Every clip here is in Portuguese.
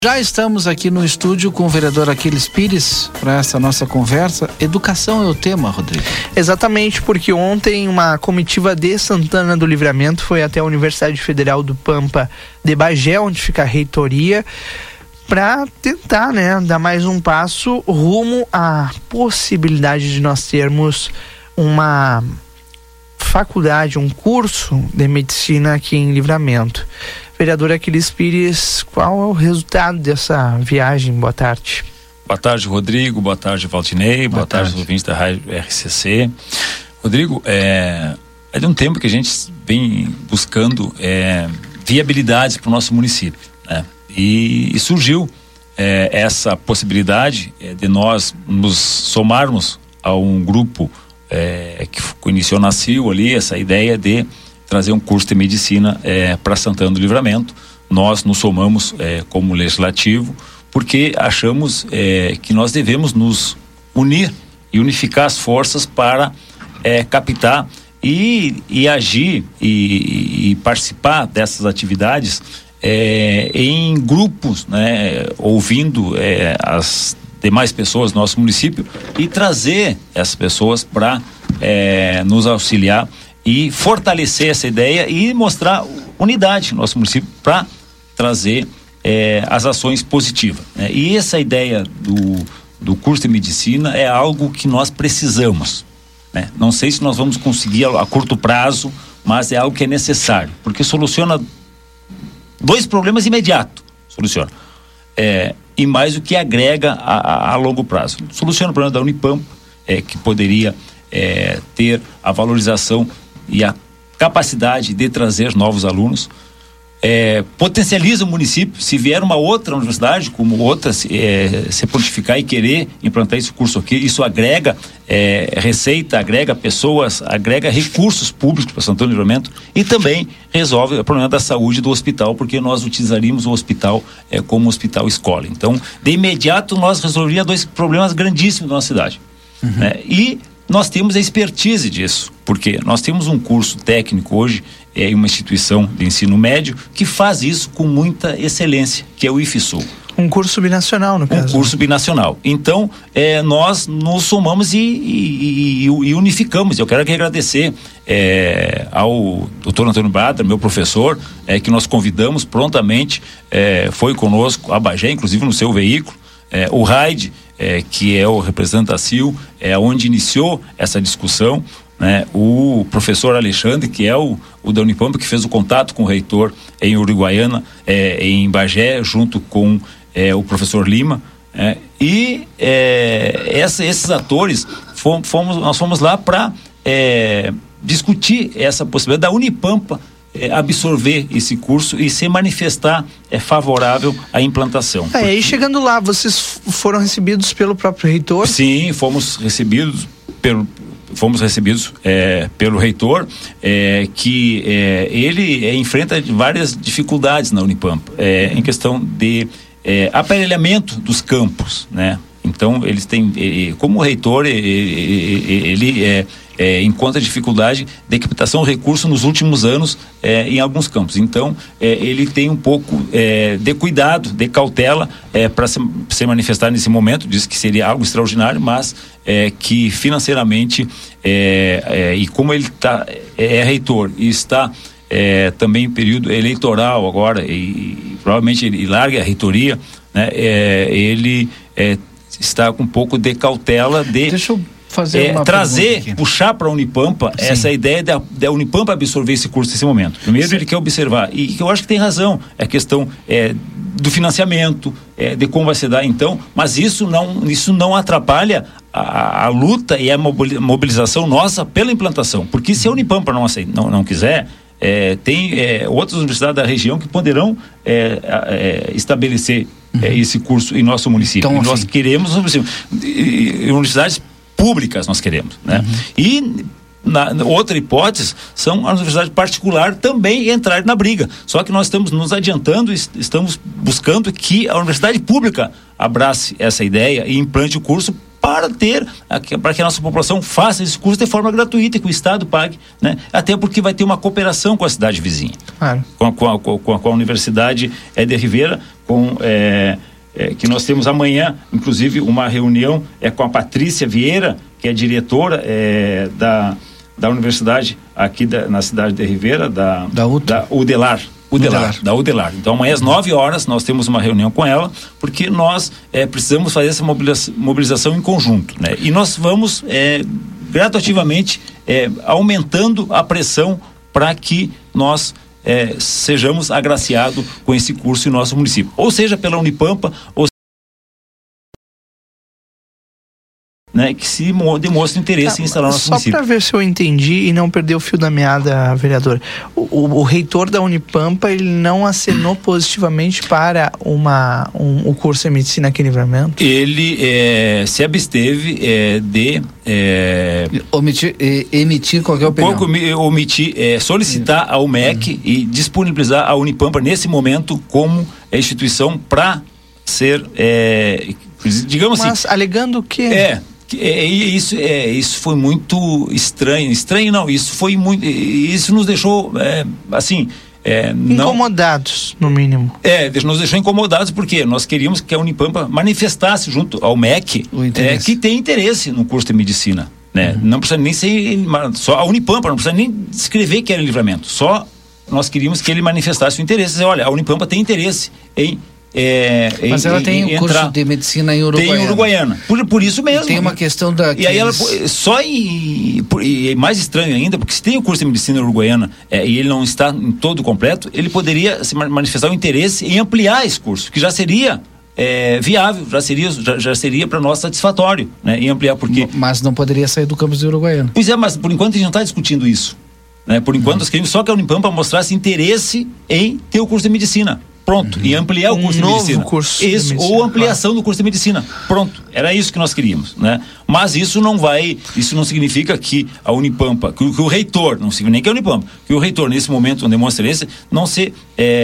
Já estamos aqui no estúdio com o vereador Aquiles Pires para essa nossa conversa. Educação é o tema, Rodrigo. Exatamente, porque ontem uma comitiva de Santana do Livramento foi até a Universidade Federal do Pampa de Bagé, onde fica a reitoria, para tentar, dar mais um passo rumo à possibilidade de nós termos uma faculdade, um curso de medicina aqui em Livramento. Vereador Aquiles Pires, qual é o resultado dessa viagem? Boa tarde. Boa tarde, Rodrigo. Boa tarde, Valdinei. Boa tarde aos ouvintes da Rádio RCC. Rodrigo, é de um tempo que a gente vem buscando viabilidades para o nosso município, né? E surgiu essa possibilidade de nós nos somarmos a um grupo que iniciou na CIL ali, essa ideia de trazer um curso de medicina para Santana do Livramento. Nós nos somamos como legislativo, porque achamos que nós devemos nos unir e unificar as forças para captar e agir e participar dessas atividades em grupos, ouvindo as demais pessoas do nosso município e trazer essas pessoas para nos auxiliar e fortalecer essa ideia e mostrar unidade no nosso município para trazer as ações positivas, né? E essa ideia do curso de medicina é algo que nós precisamos, né? Não sei se nós vamos conseguir a curto prazo, mas é algo que é necessário, porque soluciona dois problemas imediatos, e mais o que agrega a longo prazo. Soluciona o problema da Unipampa, que poderia ter a valorização e a capacidade de trazer novos alunos, potencializa o município. Se vier uma outra universidade, como outra, se prontificar e querer implantar esse curso aqui, isso agrega receita, agrega pessoas, agrega recursos públicos para Santana do Livramento e também resolve o problema da saúde do hospital, porque nós utilizaríamos o hospital como hospital escola. Então, de imediato, nós resolveríamos dois problemas grandíssimos da nossa cidade. Né? E nós temos a expertise disso, porque nós temos um curso técnico hoje em uma instituição de ensino médio que faz isso com muita excelência, que é o IFSU. Um curso binacional, no caso. Um curso binacional. Então, nós nos somamos e unificamos. Eu quero aqui agradecer ao doutor Antônio Badra, meu professor, que nós convidamos prontamente, foi conosco a Bagé, inclusive no seu veículo, o Raid, que é o representante da CIL, onde iniciou essa discussão, né? O professor Alexandre, que é o da Unipampa, que fez o contato com o reitor em Uruguaiana, em Bagé, junto com o professor Lima, e esses atores nós fomos lá para discutir essa possibilidade da Unipampa absorver esse curso e se manifestar favorável à implantação. E aí, chegando lá, vocês foram recebidos pelo próprio reitor? Sim, fomos recebidos pelo reitor, que ele enfrenta várias dificuldades na Unipampa, em questão de aparelhamento dos campos, né? Então, eles têm, como reitor, ele encontra dificuldade de captação de recursos nos últimos anos em alguns campos. Então, ele tem um pouco de cuidado, de cautela para se manifestar nesse momento. Diz que seria algo extraordinário, mas que financeiramente, e como ele é reitor e está também em período eleitoral agora, e provavelmente ele larga a reitoria, né? Ele está com um pouco de cautela de... Deixa eu fazer uma trazer, puxar para a Unipampa. Sim. Essa ideia da Unipampa absorver esse curso nesse momento. Primeiro, sim, ele quer observar, e que eu acho que tem razão, a questão do financiamento, de como vai se dar então, mas isso não atrapalha a luta e a mobilização nossa pela implantação, porque se a Unipampa não quiser, tem outras universidades da região que poderão estabelecer esse curso em nosso município. Então, e nós queremos universidades públicas, nós queremos, né? E outra hipótese são as universidades particulares também entrarem na briga. Só que nós estamos nos adiantando, estamos buscando que a universidade pública abrace essa ideia e implante o curso para que a nossa população faça esse curso de forma gratuita, que o Estado pague, né? Até porque vai ter uma cooperação com a cidade vizinha, claro, com a Universidade de Rivera, que nós temos amanhã, inclusive, uma reunião com a Patrícia Vieira, que é diretora da universidade aqui na cidade de Rivera, da Udelar. Então amanhã às 9h nós temos uma reunião com ela, porque nós precisamos fazer essa mobilização em conjunto, né? E nós vamos gradativamente aumentando a pressão para que nós sejamos agraciados com esse curso em nosso município, ou seja pela Unipampa, né, que se demonstre interesse em instalar no nosso município. Só para ver se eu entendi e não perder o fio da meada, vereador. O reitor da Unipampa, ele não acenou positivamente para o curso de medicina aqui em Livramento? Ele se absteve de emitir qualquer opinião. Solicitar ao MEC e disponibilizar a Unipampa nesse momento como instituição para ser, digamos Mas assim... alegando que... Isso foi muito estranho. Isso nos deixou incomodados, no mínimo. Nos deixou incomodados porque nós queríamos que a Unipampa manifestasse junto ao MEC que tem interesse no curso de medicina, né? Não precisa nem ser só a Unipampa, não precisa nem descrever que era Livramento, só nós queríamos que ele manifestasse o interesse, dizer, olha, a Unipampa tem interesse em mas ela tem um curso de medicina em Uruguaiana. Tem em Uruguaiana. Por isso mesmo. E tem uma questão da... E aí ela e mais estranho ainda, porque se tem o curso de medicina em Uruguaiana e ele não está em todo completo, ele poderia se manifestar o interesse em ampliar esse curso, que já seria viável, já seria para nós satisfatório, né? Em ampliar, porque... Mas não poderia sair do campus de Uruguaiana. Pois mas por enquanto a gente não está discutindo isso, né? Por enquanto nós queremos só que a Unipampa mostrasse interesse em ter o curso de medicina. Pronto, e ampliar o curso de medicina. Ou ampliação do curso de medicina. Pronto, era isso que nós queríamos, né? Mas isso não significa que a Unipampa, que o reitor, não significa nem que a Unipampa, que o reitor nesse momento não demonstra interesse, não se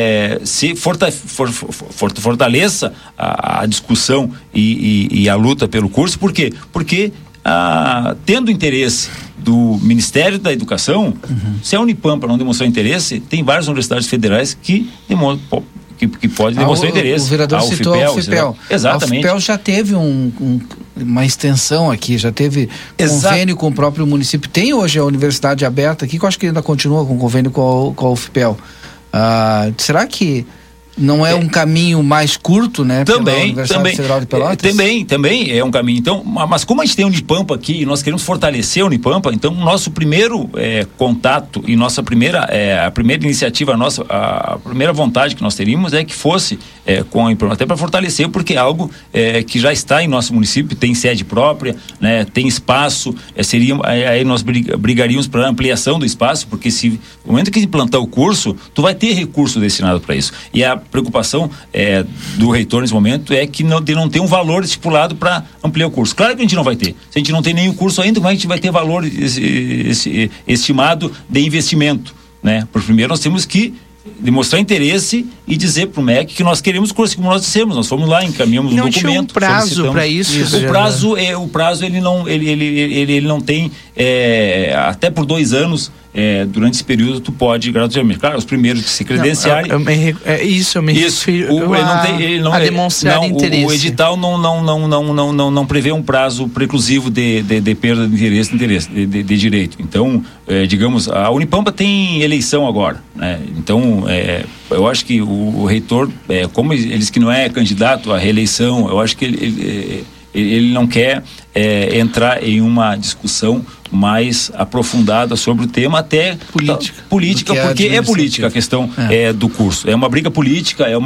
fortaleça a discussão e a luta pelo curso. Por quê? Porque tendo interesse do Ministério da Educação, se a Unipampa não demonstrar interesse, tem várias universidades federais que demonstram que pode demonstrar interesse. O vereador citou a UFPEL. Exatamente. A UFPEL já teve uma extensão aqui, já teve convênio com o próprio município. Tem hoje a universidade aberta aqui, que eu acho que ainda continua com convênio com a UFPEL. Será que não é um caminho mais curto, né? Pela Universidade Federal de Pelotas? Também é um caminho. Então, mas como a gente tem a Unipampa aqui e nós queremos fortalecer a Unipampa, então nosso primeiro contato e nossa primeira iniciativa, a primeira vontade que nós teríamos é que fosse com a Unipampa, até para fortalecer, porque é algo que já está em nosso município, tem sede própria, né? Tem espaço, aí nós brigaríamos para ampliação do espaço, porque no momento que implantar o curso, tu vai ter recurso destinado para isso. E a preocupação do reitor nesse momento é que de não ter um valor estipulado para ampliar o curso. Claro que a gente não vai ter. Se a gente não tem nenhum curso ainda, como a gente vai ter valor estimado de investimento, né? Por primeiro nós temos que demonstrar interesse e dizer para o MEC que nós queremos o curso, como nós dissemos, nós fomos lá, encaminhamos um documento. Não tinha um prazo para isso? O prazo ele não tem, até por 2 anos, durante esse período tu pode gratuitamente. Claro, os primeiros que se credenciarem. Eu me refiro a demonstrar interesse. O edital não prevê um prazo preclusivo de perda de interesse, de direito. Então, digamos, a Unipampa tem eleição agora, né? Então, eu acho que o reitor, como ele diz que não é candidato à reeleição, eu acho que ele não quer entrar em uma discussão mais aprofundada sobre o tema, até política, porque é política a questão do curso. É uma briga política, é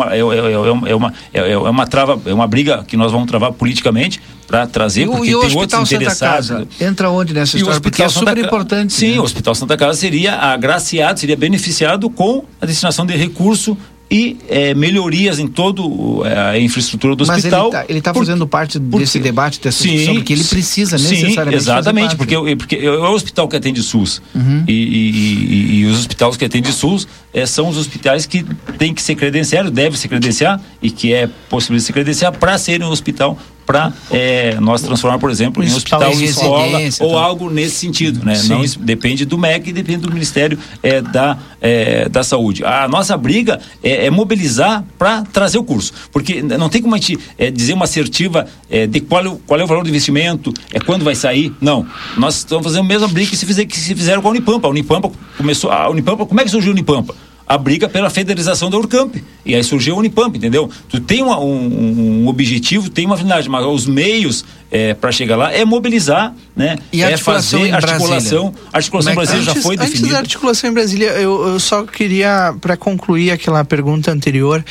uma briga que nós vamos travar politicamente para trazer, porque tem outros interessados. Santa Casa entra onde nessa história? Porque é super importante. Sim, o Hospital Santa Casa seria agraciado, seria beneficiado com a destinação de recurso e melhorias em toda a infraestrutura do hospital. Mas ele está fazendo parte desse debate, dessa discussão, porque ele precisa necessariamente. Exatamente, porque é o hospital que atende SUS. E os hospitais que atendem SUS são os hospitais que têm que ser credenciados, devem se credenciar, e que é possível se credenciar para serem um hospital para nós transformar, por exemplo, em hospital de escola ou algo nesse sentido, né? Não, depende do MEC e depende do Ministério da Saúde. A nossa briga é mobilizar para trazer o curso, porque não tem como a gente dizer uma assertiva de qual é o valor do investimento, quando vai sair. Não, nós estamos fazendo a mesma briga que se fizeram com a Unipampa. A Unipampa, como é que surgiu a Unipampa? A briga pela federalização da Urcamp, e aí surgiu a Unipampa, entendeu? Tu tem um objetivo, tem uma finalidade, mas os meios para chegar lá é mobilizar, né? E fazer articulação. A articulação em Brasília já foi definida. Antes da articulação em Brasília, eu só queria, para concluir aquela pergunta anterior,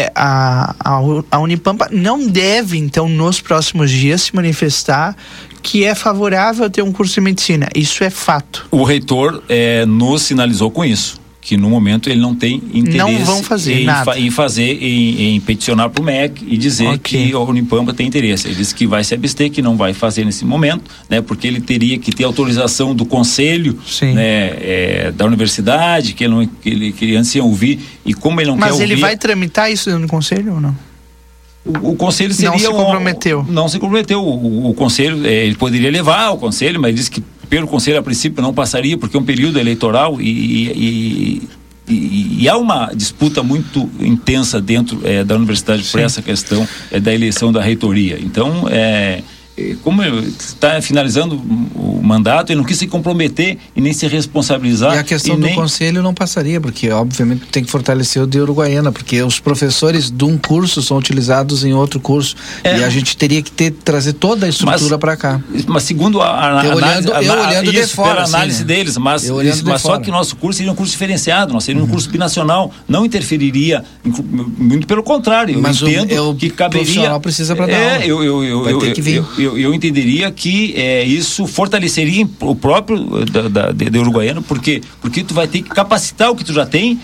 a Unipampa não deve, então, nos próximos dias se manifestar que é favorável a ter um curso de medicina. Isso é fato. O reitor nos sinalizou com isso, que no momento ele não tem interesse não vão fazer em peticionar para o MEC e dizer que a Unipampa tem interesse. Ele disse que vai se abster, que não vai fazer nesse momento, né, porque ele teria que ter autorização do conselho, né, da universidade, que ele antes ia ouvir, e como ele não quer ouvir... Mas ele vai tramitar isso no conselho ou não? O conselho seria... Não se comprometeu. Não se comprometeu. O conselho, ele poderia levar ao conselho, mas ele disse que pelo conselho a princípio não passaria, porque é um período eleitoral e há uma disputa muito intensa dentro da universidade por essa questão da eleição da reitoria. Então, como está finalizando o mandato, ele não quis se comprometer e nem se responsabilizar. E a questão do conselho não passaria, porque obviamente tem que fortalecer o de Uruguaiana, porque os professores de um curso são utilizados em outro curso, e a gente teria que trazer toda a estrutura para cá. Mas segundo a olhando de fora, análise deles, mas só que nosso curso seria um curso diferenciado, nós seria um curso binacional, não interferiria, muito pelo contrário, mas eu entendo que caberia... O profissional precisa para dar aula. Vai ter que vir. Eu entenderia que isso fortaleceria o próprio de Uruguaiana, porque tu vai ter que capacitar o que tu já tem,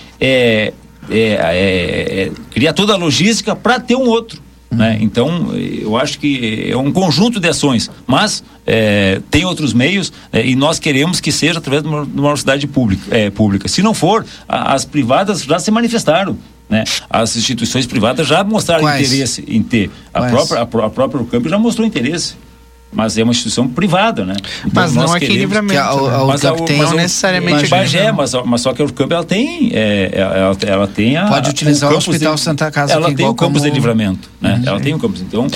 criar toda a logística para ter um outro, né? Então, eu acho que é um conjunto de ações, mas tem outros meios, e nós queremos que seja através de uma universidade pública. Se não for, as privadas já se manifestaram, né? As instituições privadas já mostraram interesse em ter. A própria Urcamp já mostrou interesse, mas é uma instituição privada, né? Então, mas não aqui em Livramento. Não necessariamente Bagé, mas só que a Urcamp ela tem pode utilizar o Hospital Santa Casa. Ela tem o campus de Livramento, né? Ela tem o campus, então...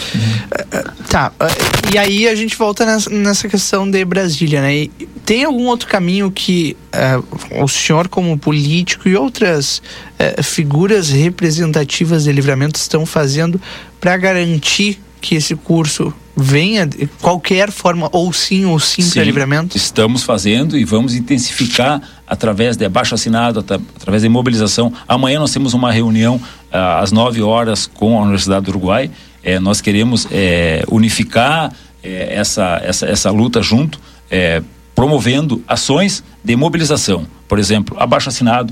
E aí a gente volta nessa questão de Brasília, né? E tem algum outro caminho que o senhor como político e outras figuras representativas de Livramento estão fazendo para garantir que esse curso venha de qualquer forma, ou sim para Livramento? Estamos fazendo e vamos intensificar através de abaixo-assinado, através de mobilização. Amanhã nós temos uma reunião às 9h com a Universidade do Uruguai. Nós queremos unificar essa luta junto, promovendo ações de mobilização. Por exemplo, abaixo-assinado,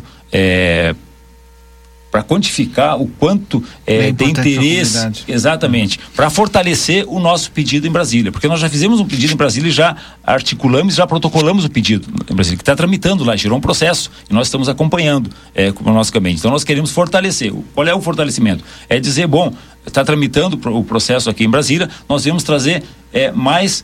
para quantificar o quanto tem interesse, exatamente, para fortalecer o nosso pedido em Brasília, porque nós já fizemos um pedido em Brasília e já articulamos, já protocolamos o pedido em Brasília, que está tramitando lá, gerou um processo e nós estamos acompanhando cronologicamente. Então nós queremos fortalecer. Qual é o fortalecimento? É dizer, bom, está tramitando o processo aqui em Brasília, nós vamos trazer mais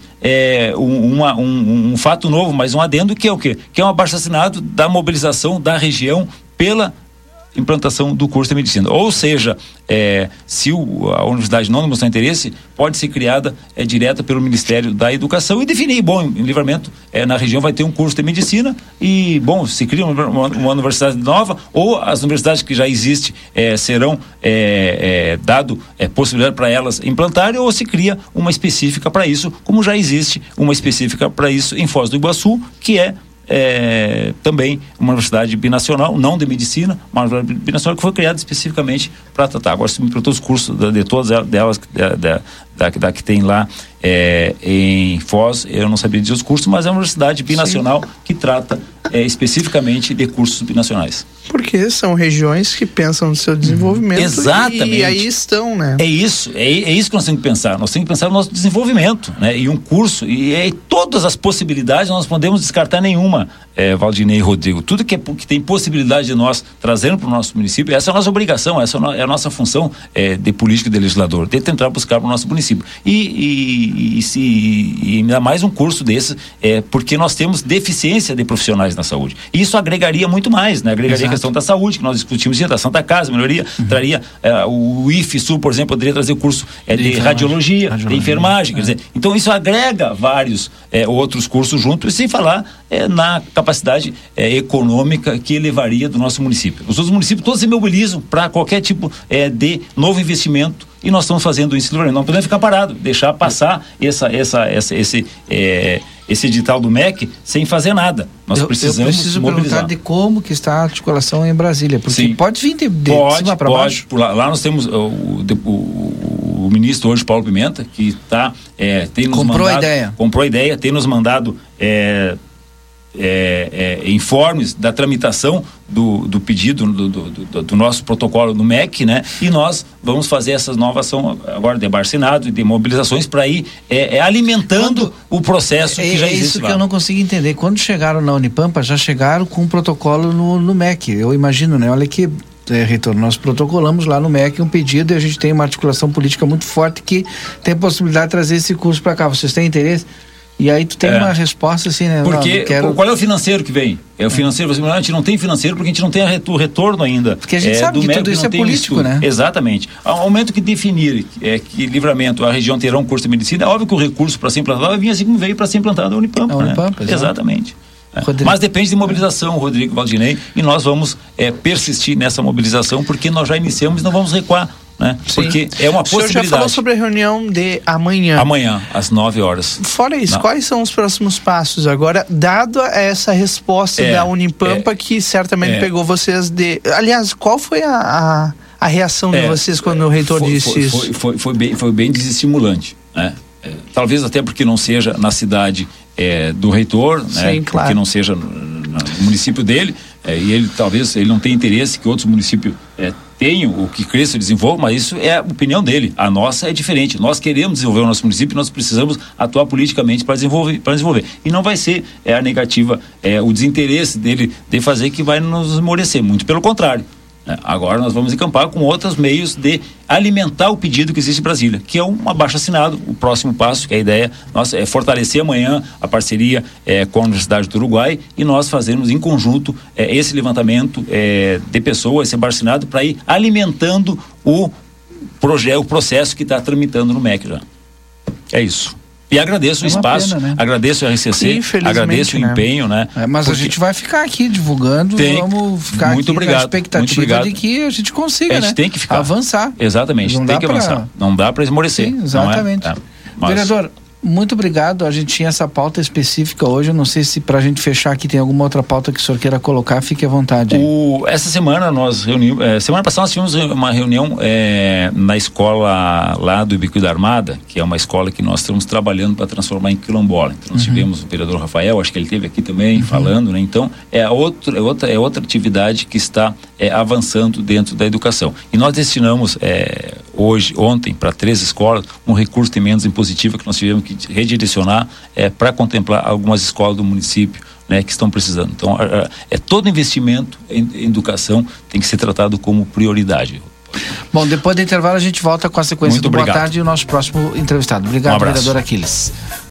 um fato novo, mais um adendo, que é o quê? Que é um abaixo-assinado da mobilização da região pela implantação do curso de medicina. Ou seja, se a universidade não demonstrar interesse, pode ser criada direta pelo Ministério da Educação e definir, bom, em Livramento, na região vai ter um curso de medicina e, bom, se cria uma universidade nova, ou as universidades que já existem serão dado possibilidade para elas implantarem, ou se cria uma específica para isso, como já existe uma específica para isso em Foz do Iguaçu, que também uma universidade binacional, não de medicina, mas uma universidade binacional que foi criada especificamente para tratar. Agora, se me perguntou os cursos de todas delas, da que tem lá em Foz, eu não sabia dizer os cursos, mas é uma universidade binacional que trata especificamente de cursos binacionais. Porque são regiões que pensam no seu desenvolvimento. Exatamente. E aí estão, né? É isso que nós temos que pensar. Nós temos que pensar no nosso desenvolvimento, né? E um curso, e todas as possibilidades, nós não podemos descartar nenhuma. Valdinei e Rodrigo, tudo que tem possibilidade de nós trazendo para o nosso município, essa é a nossa obrigação, essa é a nossa função de político e de legislador, de tentar buscar para o nosso município. E ainda mais um curso desse, porque nós temos deficiência de profissionais na saúde. E isso agregaria muito mais, né? Agregaria a questão da saúde, que nós discutimos, da Santa Casa, melhoria, traria o IFSU, por exemplo, poderia trazer o curso de radiologia, de enfermagem, quer dizer, então isso agrega vários outros cursos juntos, e sem falar na capacidade econômica que elevaria do nosso município. Os outros municípios todos se mobilizam para qualquer tipo de novo investimento, e nós estamos fazendo isso. Não podemos ficar parados, deixar passar esse edital do MEC sem fazer nada. Nós precisamos eu preciso mobilizar. Perguntar de como que está a articulação em Brasília, porque Sim. Pode vir de cima para baixo. Lá nós temos o ministro hoje, Paulo Pimenta, que tem nos comprou a ideia, tem nos mandado informes da tramitação do pedido do nosso protocolo no MEC, né? E nós vamos fazer essas novas ação agora de abaixo-assinado e de mobilizações para ir alimentando o processo que já existe. É isso que eu não consigo entender. Quando chegaram na Unipampa, já chegaram com um protocolo no MEC. Eu imagino, né? Olha que reitor, nós protocolamos lá no MEC um pedido, e a gente tem uma articulação política muito forte que tem a possibilidade de trazer esse curso para cá. Vocês têm interesse? E aí tu tem uma resposta assim, né? Porque qual é o financeiro que vem? É o financeiro, a gente não tem financeiro porque a gente não tem o retorno ainda. Porque a gente sabe que tudo isso é político, né? Exatamente. Ao momento que definir que Livramento, a região terá um curso de medicina, é óbvio que o recurso para ser implantado vai vir assim como veio para ser implantado a Unipampa, né? Exatamente. Mas depende de mobilização, Rodrigo, Valdinei, e nós vamos persistir nessa mobilização, porque nós já iniciamos e não vamos recuar, né? Porque é uma possibilidade. O senhor já falou sobre a reunião de amanhã. Amanhã, às 9 horas. Fora isso, quais são os próximos passos agora, dado essa resposta da Unipampa, que certamente pegou vocês de... Aliás, qual foi a reação de vocês quando o reitor disse isso? Foi bem desestimulante, né? Talvez até porque não seja na cidade do reitor, né? Sim, claro. Porque não seja no município dele, e ele talvez não tenha interesse que outros municípios tenham o que cresça e desenvolva, mas isso é a opinião dele. A nossa é diferente. Nós queremos desenvolver o nosso município, nós precisamos atuar politicamente para desenvolver. E não vai ser a negativa, o desinteresse dele de fazer que vai nos esmorecer, muito pelo contrário. Agora nós vamos encampar com outros meios de alimentar o pedido que existe em Brasília, que é um abaixo-assinado. O próximo passo, que é a ideia nossa, é fortalecer amanhã a parceria com a Universidade do Uruguai, e nós fazermos em conjunto esse levantamento de pessoas, esse abaixo-assinado, para ir alimentando o processo que está tramitando no MEC já. É isso. E agradeço o espaço, pena, né? Agradeço a RCC, agradeço o empenho, né? Mas a gente vai ficar aqui divulgando, vamos ficar aqui na expectativa de que a gente consiga, a gente tem que ficar. Avançar. Exatamente, tem que avançar. Não dá para esmorecer. Sim, exatamente. Vereador, muito obrigado. A gente tinha essa pauta específica hoje. Eu não sei se pra gente fechar aqui tem alguma outra pauta que o senhor queira colocar. Fique à vontade. Essa semana nós reunimos, semana passada nós tivemos uma reunião na escola lá do Ibicuí da Armada, que é uma escola que nós estamos trabalhando para transformar em quilombola. Então nós tivemos o vereador Rafael, acho que ele esteve aqui também falando, né? Então é outra atividade que está avançando dentro da educação. E nós destinamos ontem para 3 escolas um recurso de emendas impositiva que nós tivemos que redirecionar para contemplar algumas escolas do município, né, que estão precisando. Então, todo investimento em educação tem que ser tratado como prioridade. Bom, depois do intervalo a gente volta com a sequência Muito do obrigado. Boa Tarde e o nosso próximo entrevistado. Obrigado, vereador Aquiles.